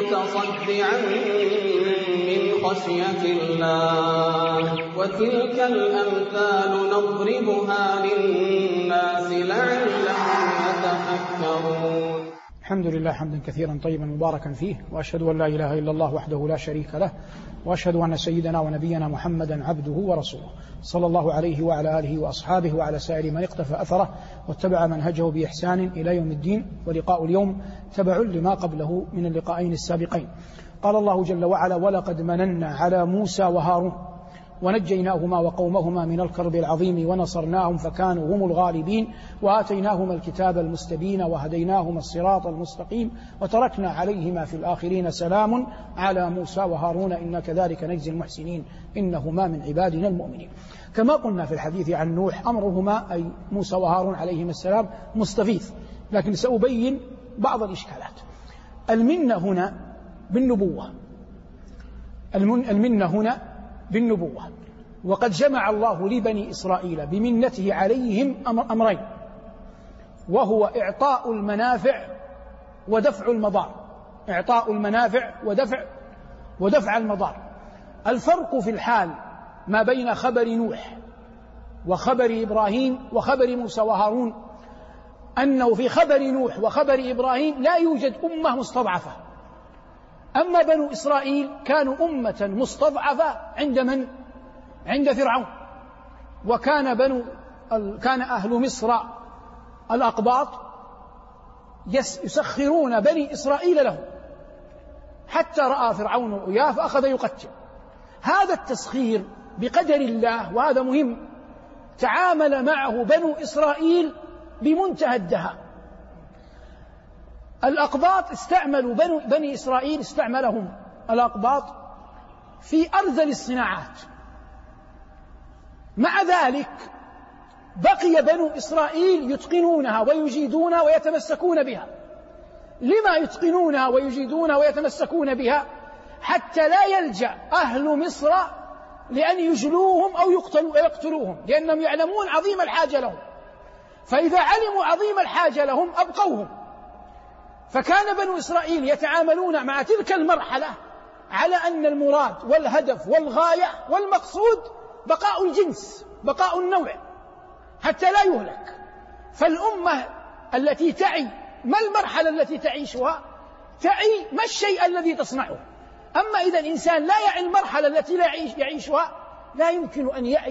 متصدعا من خشية الله وتلك الأمثال نضربها للناس لعلهم يتفكرون. الحمد لله حمدا كثيرا طيبا مباركا فيه، وأشهد أن لا إله إلا الله وحده لا شريك له، وأشهد أن سيدنا ونبينا محمدا عبده ورسوله صلى الله عليه وعلى آله وأصحابه وعلى سائر من اقتفى أثره واتبع منهجه بإحسان إلى يوم الدين. ولقاء اليوم تبع لما قبله من اللقاءين السابقين. قال الله جل وعلا: ولقد مننا على موسى وهارون ونجيناهما وقومهما من الكرب العظيم ونصرناهم فكانوا هم الغالبين وآتيناهما الكتاب المستبين وهديناهما الصراط المستقيم وتركنا عليهما في الآخرين سلام على موسى وهارون إنا كذلك نجزي المحسنين إنهما من عبادنا المؤمنين. كما قلنا في الحديث عن نوح أمرهما أي موسى وهارون عليهما السلام مستغيث، لكن سأبين بعض الإشكالات. المنة هنا بالنبوة، المنة هنا بالنبوة، وقد جمع الله لبني إسرائيل بمنته عليهم أمرين، وهو إعطاء المنافع ودفع المضار. إعطاء المنافع ودفع المضار. الفرق في الحال ما بين خبر نوح وخبر إبراهيم وخبر موسى وهارون أنه في خبر نوح وخبر إبراهيم لا يوجد أمة مستضعفة. أما بنو إسرائيل كانوا أمة مستضعفة عند من؟ عند فرعون. كان أهل مصر الأقباط يسخرون بني إسرائيل لهم، حتى رأى فرعون إياه فأخذ يقتل. هذا التسخير بقدر الله، وهذا مهم، تعامل معه بنو إسرائيل بمنتهى الدهاء. الأقباط استعملوا بني إسرائيل استعملهم الأقباط في أرذل الصناعات. مع ذلك بقي بنو إسرائيل يتقنونها ويجيدونها ويتمسكون بها. لما يتقنونها ويجيدونها ويتمسكون بها؟ حتى لا يلجأ أهل مصر لأن يجلوهم أو يقتلوهم، لأنهم يعلمون عظيم الحاجة لهم، فإذا علموا عظيم الحاجة لهم أبقوهم. فكان بنو إسرائيل يتعاملون مع تلك المرحلة على أن المراد والهدف والغاية والمقصود بقاء الجنس، بقاء النوع، حتى لا يهلك. فالأمة التي تعي ما المرحلة التي تعيشها، تعي ما الشيء الذي تصنعه. أما إذا الإنسان لا يعي المرحلة التي لا يعيشها لا يمكن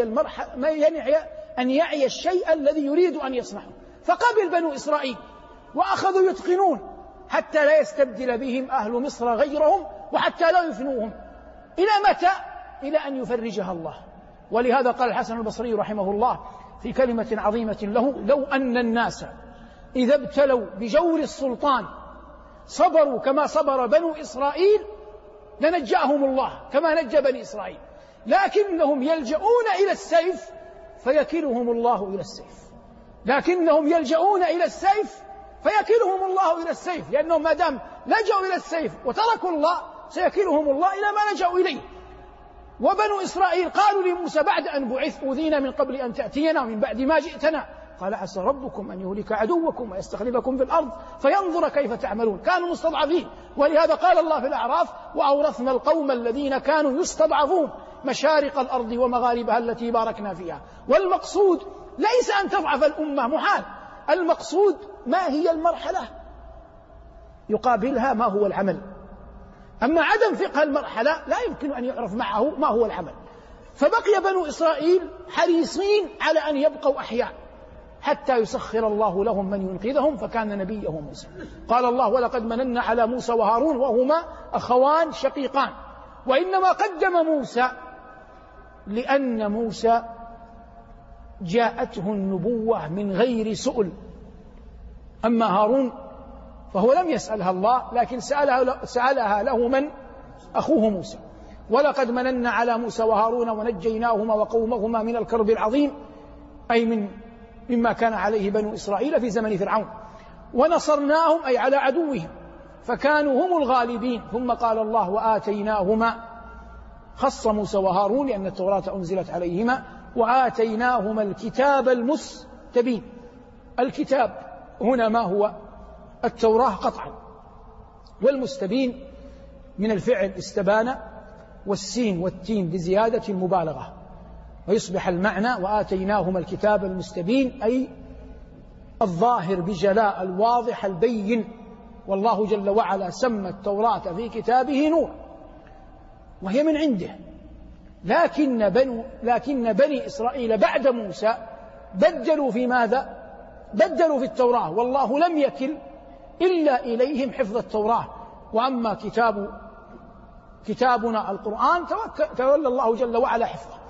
أن يعي الشيء الذي يريد أن يصنعه. فقبل بنو إسرائيل وأخذوا يتقنون حتى لا يستبدل بهم أهل مصر غيرهم، وحتى لا يفنوهم. إلى متى؟ إلى أن يفرجها الله. ولهذا قال الحسن البصري رحمه الله في كلمة عظيمة له: لو أن الناس إذا ابتلوا بجور السلطان صبروا كما صبر بنو إسرائيل لنجأهم الله كما نجى بني إسرائيل، لكنهم يلجؤون إلى السيف فيكلهم الله إلى السيف. لكنهم يلجؤون إلى السيف فيكلهم الله إلى السيف، لأنهم ما دام لجأوا إلى السيف وتركوا الله سيكلهم الله إلى ما لجأوا إليه. وبنو إسرائيل قالوا لموسى بعد أن بعث: أوذينا من قبل أن تأتينا ومن بعد ما جئتنا. قال: عسى ربكم أن يهلك عدوكم ويستخلفكم في الأرض فينظر كيف تعملون. كانوا مستضعفين، ولهذا قال الله في الأعراف: وأورثنا القوم الذين كانوا يستضعفون مشارق الأرض ومغاربها التي باركنا فيها. والمقصود ليس أن تضعف الأمة، محال. المقصود ما هي المرحلة يقابلها ما هو العمل. أما عدم فقه المرحلة لا يمكن أن يعرف معه ما هو العمل. فبقي بنو إسرائيل حريصين على أن يبقوا أحياء حتى يسخر الله لهم من ينقذهم، فكان نبيه موسى. قال الله: ولقد مننا على موسى وهارون وهما أخوان شقيقان. وإنما قدم موسى لأن موسى جاءته النبوة من غير سؤل. أما هارون فهو لم يسألها الله، لكن سألها له من؟ أخوه موسى. ولقد مننا على موسى وهارون ونجيناهما وقومهما من الكرب العظيم، أي مما كان عليه بنو إسرائيل في زمن فرعون. ونصرناهم أي على عدوهم فكانوا هم الغالبين. ثم قال الله: وآتيناهما، خص موسى وهارون لأن التوراة أنزلت عليهما، وآتيناهما الكتاب المستبين. الكتاب هنا ما هو؟ التوراة قطعا، والمستبين من الفعل استبان، والسين والتين بزيادة المبالغة، ويصبح المعنى وآتيناهما الكتاب المستبين أي الظاهر بجلاء الواضح البين. والله جل وعلا سمى التوراة في كتابه نور، وهي من عنده، لكن بني إسرائيل بعد موسى بدلوا في ماذا؟ بدلوا في التوراة، والله لم يكل إلا إليهم حفظ التوراة. وأما كتابنا القرآن تولى الله جل وعلا حفظه.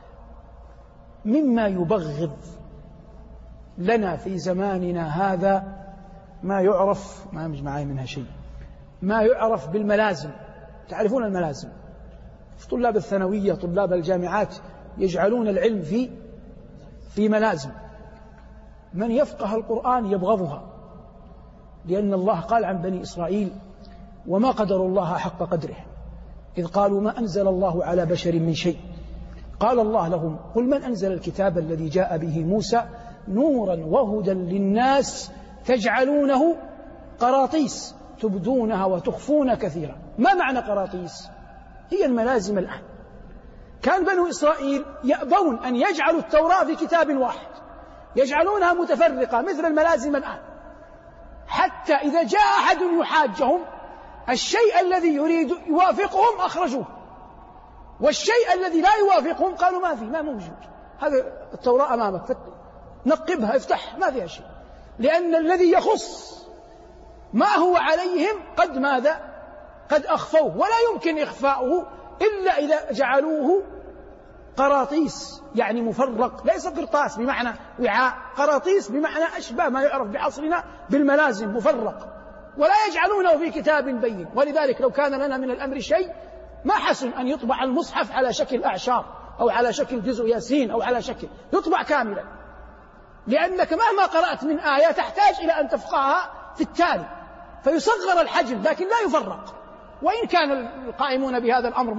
مما يبغض لنا في زماننا هذا ما يعرف، ما مش معي منها شيء، ما يعرف بالملازم. تعرفون الملازم؟ طلاب الثانوية، طلاب الجامعات يجعلون العلم في ملازم. من يفقه القرآن يبغضها، لأن الله قال عن بني إسرائيل: وما قدر الله حق قدره إذ قالوا ما أنزل الله على بشر من شيء. قال الله لهم: قل من أنزل الكتاب الذي جاء به موسى نورا وهدى للناس تجعلونه قراطيس تبدونها وتخفون كثيرا. ما معنى قراطيس؟ هي الملازم الآن. كان بنو إسرائيل يأبون أن يجعلوا التوراة في كتاب واحد، يجعلونها متفرقة مثل الملازم الآن، حتى إذا جاء أحد يحاجهم الشيء الذي يريد يوافقهم أخرجوه، والشيء الذي لا يوافقهم قالوا ما فيه، ما موجود، هذا التوراة أمامك نقبها افتح ما فيها شيء، لأن الذي يخص ما هو عليهم قد ماذا؟ قد أخفوه، ولا يمكن إخفاؤه إلا إذا جعلوه قراطيس، يعني مفرق، ليس قرطاس بمعنى وعاء، قراطيس بمعنى أشبه ما يعرف بعصرنا بالملازم، مفرق، ولا يجعلونه في كتاب بين. ولذلك لو كان لنا من الأمر شيء ما حسن أن يطبع المصحف على شكل أعشار أو على شكل جزء ياسين أو على شكل، يطبع كاملا، لأنك مهما قرأت من آية تحتاج إلى أن تفقهها في التالي، فيصغر الحجم لكن لا يفرق. وإن كان القائمون بهذا الأمر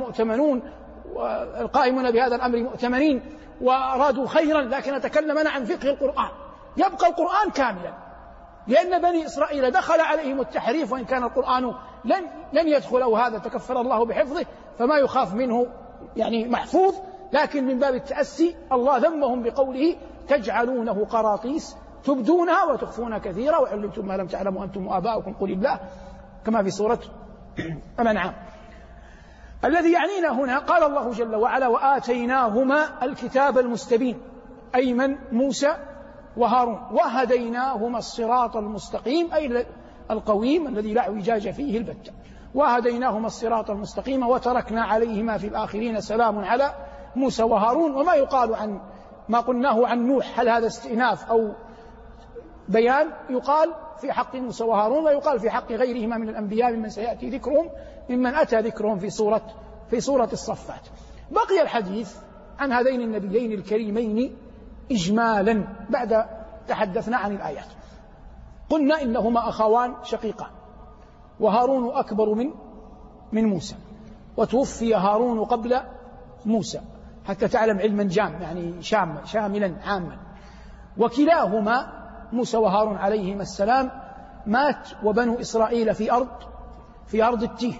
مؤتمنين وأرادوا خيرا، لكن نتكلم أنا عن فقه القرآن، يبقى القرآن كاملا، لأن بني إسرائيل دخل عليهم التحريف، وإن كان القرآن لن يدخل أو هذا تكفل الله بحفظه، فما يخاف منه يعني محفوظ، لكن من باب التأسي الله ذمهم بقوله: تجعلونه قراطيس تبدونها وتخفون كثيرا وعلمتم ما لم تعلموا أنتم وآباؤكم قل الله، كما في سورة الأنعام. الذي يعنينا هنا قال الله جل وعلا: وآتيناهما الكتاب المستبين، أي من؟ موسى وهارون، وهديناهما الصراط المستقيم، أي القويم الذي لا اعوجاج فيه البتة، وهديناهما الصراط المستقيم وتركنا عليهما في الآخرين سلام على موسى وهارون. وما يقال عن ما قلناه عن نوح هل هذا استئناف أو بيان؟ يقال في حق موسى وهارون، ويقال في حق غيرهما من الأنبياء ممن سيأتي ذكرهم، ممن أتى ذكرهم في سورة الصفات. بقي الحديث عن هذين النبيين الكريمين إجمالا بعد تحدثنا عن الآيات. قلنا إنهما أخوان شقيقان، وهارون أكبر من موسى، وتوفي هارون قبل موسى حتى تعلم علما جام يعني شاملا عاما. وكلاهما موسى وهارون عليهما السلام مات وبنو إسرائيل في أرض التيه،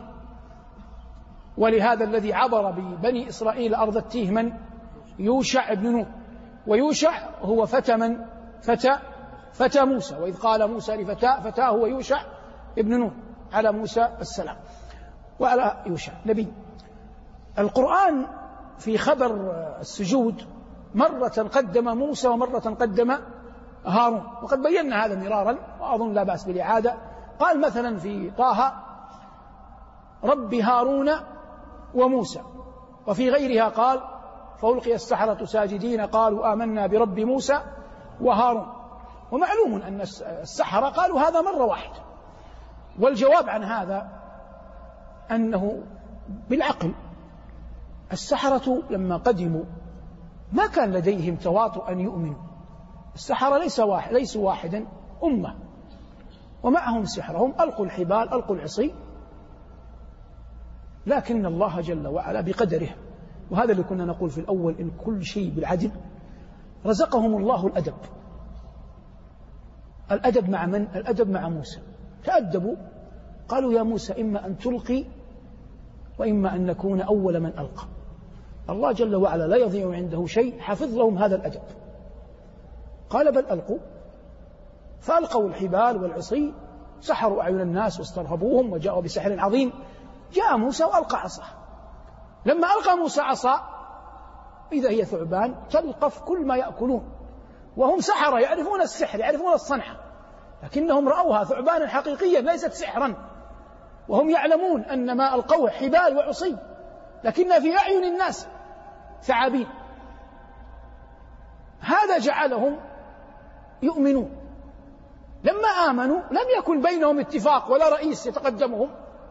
ولهذا الذي عبر ببني إسرائيل أرض التيه من؟ يوشع بن نون، ويوشع هو فتى موسى، وإذ قال موسى فتاه هو يوشع ابن نون على موسى السلام وعلى يوشع نبي. القرآن في خبر السجود مرة قدم موسى ومرة قدم هارون، وقد بينا هذا مرارا وأظن لا بأس بالإعادة. قال مثلا في طه: رب هارون وموسى، وفي غيرها قال: فألقي السحرة ساجدين قالوا آمنا برب موسى وهارون. ومعلوم أن السحرة قالوا هذا مرة واحدة، والجواب عن هذا أنه بالعقل السحرة لما قدموا ما كان لديهم تواطؤ أن يؤمنوا، السحرة ليسوا واحدا أمة، ومعهم سحرهم، ألقوا الحبال ألقوا العصي، لكن الله جل وعلا بقدره، وهذا اللي كنا نقول في الأول إن كل شيء بالعدل، رزقهم الله الأدب مع من؟ الأدب مع موسى. تأدبوا، قالوا يا موسى إما أن تلقي وإما أن نكون أول من ألقى. الله جل وعلا لا يضيع عنده شيء، حفظ لهم هذا الأدب. قال بل ألقوا، فألقوا الحبال والعصي، سحروا أعين الناس واسترهبوهم وجاءوا بسحر عظيم. جاء موسى وألقى عصاه، لما ألقى موسى عصا إذا هي ثعبان تلقف كل ما يأكلون، وهم سحرة يعرفون السحر، يعرفون الصنعة، لكنهم رأوها ثعبانا حقيقيا ليست سحرا، وهم يعلمون أن ما ألقوه حبال وعصي، لكن في أعين الناس ثعابين. هذا جعلهم يؤمنون. لما آمنوا لم يكن بينهم اتفاق ولا رئيس يتقدمهم،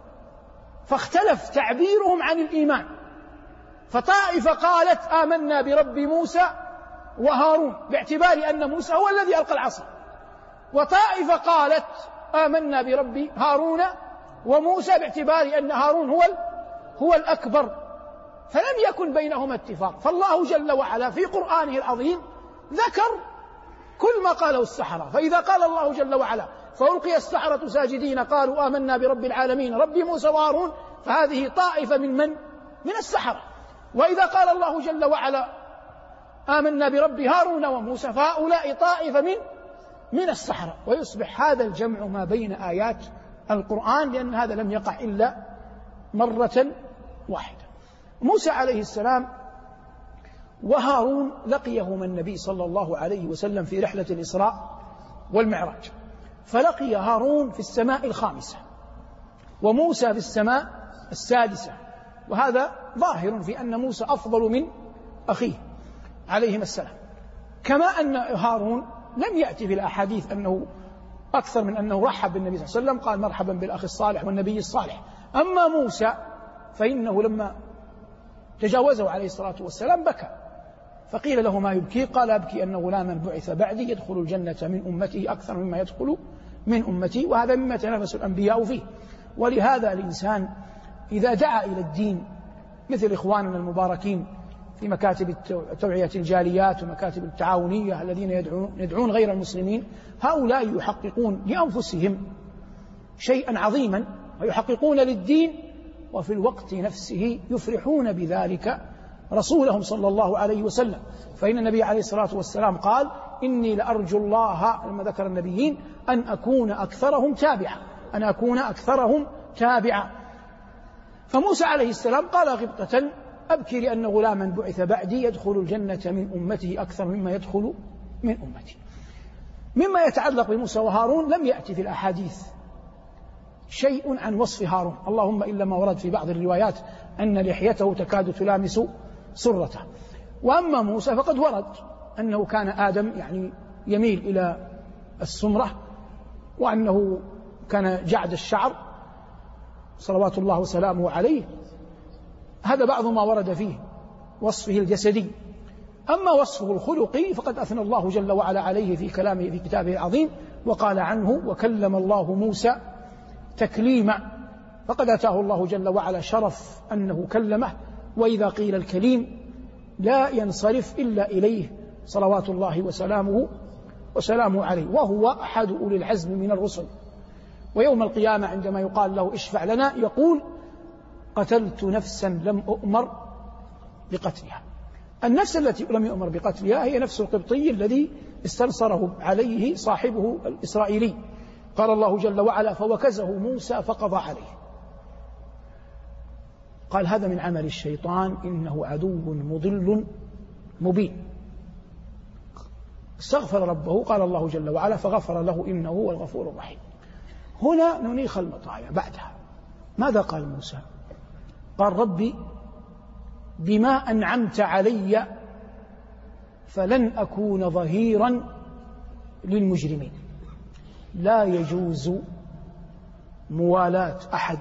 فاختلف تعبيرهم عن الإيمان، فطائفة قالت آمنا برب موسى وهارون باعتبار أن موسى هو الذي ألقى العصا، وطائفة قالت آمنا برب هارون وموسى باعتبار أن هارون هو الأكبر، فلم يكن بينهما اتفاق. فالله جل وعلا في قرآنه العظيم ذكر كل ما قاله السحرة. فإذا قال الله جل وعلا فألقي السحرة ساجدين قالوا آمنا برب العالمين رب موسى وهارون، فهذه طائفة من السحرة. وإذا قال الله جل وعلا آمنا برب هارون وموسى فهؤلاء طائفة من السحرة. ويصبح هذا الجمع ما بين آيات القرآن، لأن هذا لم يقع إلا مرة واحدة. موسى عليه السلام وهارون لقيهما النبي صلى الله عليه وسلم في رحلة الإسراء والمعراج، فلقي هارون في السماء الخامسة وموسى في السماء السادسة، وهذا ظاهر في أن موسى أفضل من أخيه عليهما السلام. كما أن هارون لم يأتي في الأحاديث أنه أكثر من أنه رحب بالنبي صلى الله عليه وسلم، قال مرحبا بالأخ الصالح والنبي الصالح. أما موسى فإنه لما تجاوزه عليه الصلاة والسلام بكى، فقيل له ما يبكي؟ قال أبكي أن غلاما بعث بعدي يدخل الجنة من أمته أكثر مما يدخل من أمتي، وهذا مما تنافس الأنبياء فيه. ولهذا الإنسان إذا دعا إلى الدين مثل إخواننا المباركين في مكاتب توعية الجاليات ومكاتب التعاونية الذين يدعون غير المسلمين، هؤلاء يحققون لأنفسهم شيئا عظيما ويحققون للدين، وفي الوقت نفسه يفرحون بذلك رسولهم صلى الله عليه وسلم. فإن النبي عليه الصلاة والسلام قال إني لأرجو الله لما ذكر النبيين أن أكون أكثرهم تابعا. فموسى عليه السلام قال غبطة أبكي لأن غلاما بعث بعدي يدخل الجنة من أمته أكثر مما يدخل من أمتي. مما يتعلق بموسى وهارون لم يأتي في الأحاديث شيء عن وصف هارون، اللهم إلا ما ورد في بعض الروايات أن لحيته تكاد تلامس سرته. وأما موسى فقد ورد أنه كان آدم يعني يميل إلى السمرة، وأنه كان جعد الشعر صلوات الله وسلامه عليه. هذا بعض ما ورد فيه وصفه الجسدي. أما وصفه الخلقي فقد أثنى الله جل وعلا عليه في كلامه في كتابه العظيم، وقال عنه وكلم الله موسى تكليما، فقد أتاه الله جل وعلا شرف أنه كلمه، وإذا قيل الكليم لا ينصرف إلا إليه صلوات الله وسلامه عليه، وهو أحد أولي العزم من الرسل. ويوم القيامة عندما يقال له اشفع لنا يقول قتلت نفسا لم أؤمر بقتلها. النفس التي لم يؤمر بقتلها هي نفس القبطي الذي استنصره عليه صاحبه الإسرائيلي. قال الله جل وعلا فوكزه موسى فقضى عليه، قال هذا من عمل الشيطان إنه عدو مضل مبين. استغفر ربه، قال الله جل وعلا فغفر له إنه هو الغفور الرحيم. هنا ننيخ المطايا. بعدها ماذا قال موسى؟ قال ربي بما أنعمت علي فلن أكون ظهيرا للمجرمين. لا يجوز موالاة أحد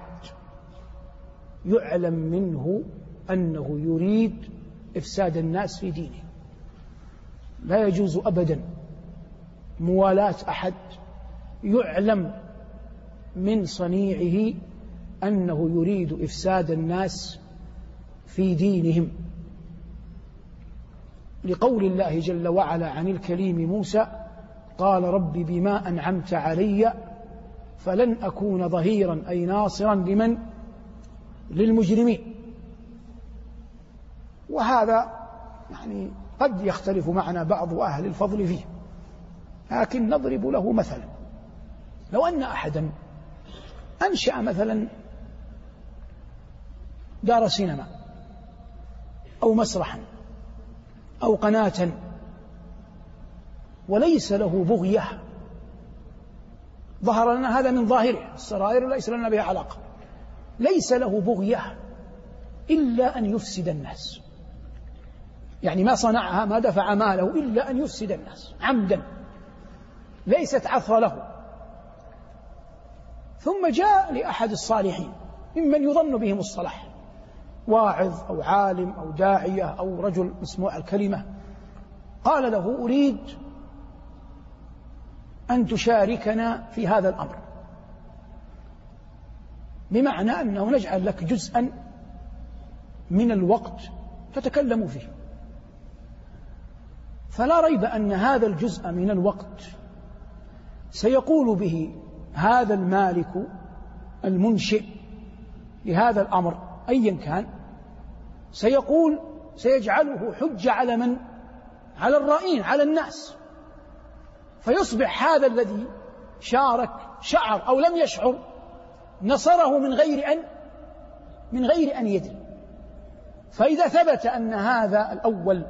يعلم منه أنه يريد إفساد الناس في دينه. لا يجوز أبدا موالاة أحد يعلم من صنيعه أنه يريد إفساد الناس في دينهم، لقول الله جل وعلا عن الكليم موسى قال رب بما أنعمت علي فلن أكون ظهيرا أي ناصرا للمجرمين. وهذا يعني قد يختلف معنا بعض أهل الفضل فيه، لكن نضرب له مثلا. لو أن أحدا أنشأ مثلا دار سينما أو مسرحا أو قناة وليس له بغية، ظهر لنا هذا من ظاهره، السرائر ليس لنا بها علاقة، ليس له بغية إلا أن يفسد الناس، يعني ما صنعها ما دفع ماله إلا أن يفسد الناس عمدا، ليست عثرة له. ثم جاء لأحد الصالحين ممن يظن بهم الصلاح، واعظ أو عالم أو داعية أو رجل مسموع الكلمة، قال له: أريد أن تشاركنا في هذا الأمر، بمعنى أنه نجعل لك جزءا من الوقت تتكلم فيه. فلا ريب أن هذا الجزء من الوقت سيقول به هذا المالك المنشئ لهذا الأمر أيا كان، سيجعله حجة على من؟ على الرائين، على الناس، فيصبح هذا الذي شعر أو لم يشعر نصره من غير أن يدري. فإذا ثبت أن هذا الأول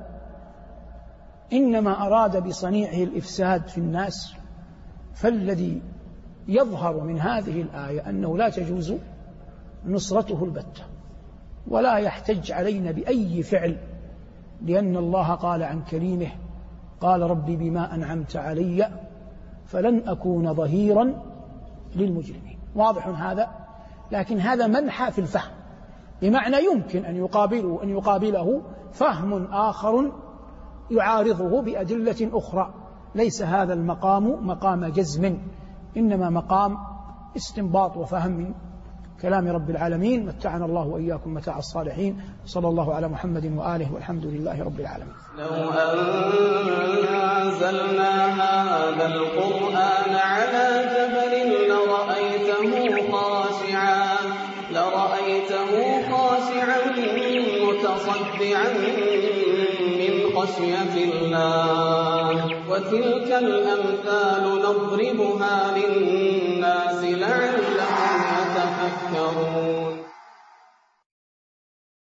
إنما أراد بصنيعه الإفساد في الناس، فالذي يظهر من هذه الآية أنه لا تجوز نصرته البتة، ولا يحتج علينا بأي فعل، لأن الله قال عن كريمه: قال ربي بما أنعمت علي فلن أكون ظهيرا للمجرمين. واضح هذا؟ لكن هذا منحى في الفهم، بمعنى يمكن أن يقابله فهم آخر يعارضه بأدلة أخرى. ليس هذا المقام مقام جزم، إنما مقام استنباط وفهم من كلام رب العالمين. متعنا الله وإياكم متاع الصالحين. صلى الله على محمد وآله، والحمد لله رب العالمين. لو أنزلنا هذا القرآن على جبل لرأيته خاشعا متصدعا من خشية الله. وتلك الأمثال نضربها للناس لعلهم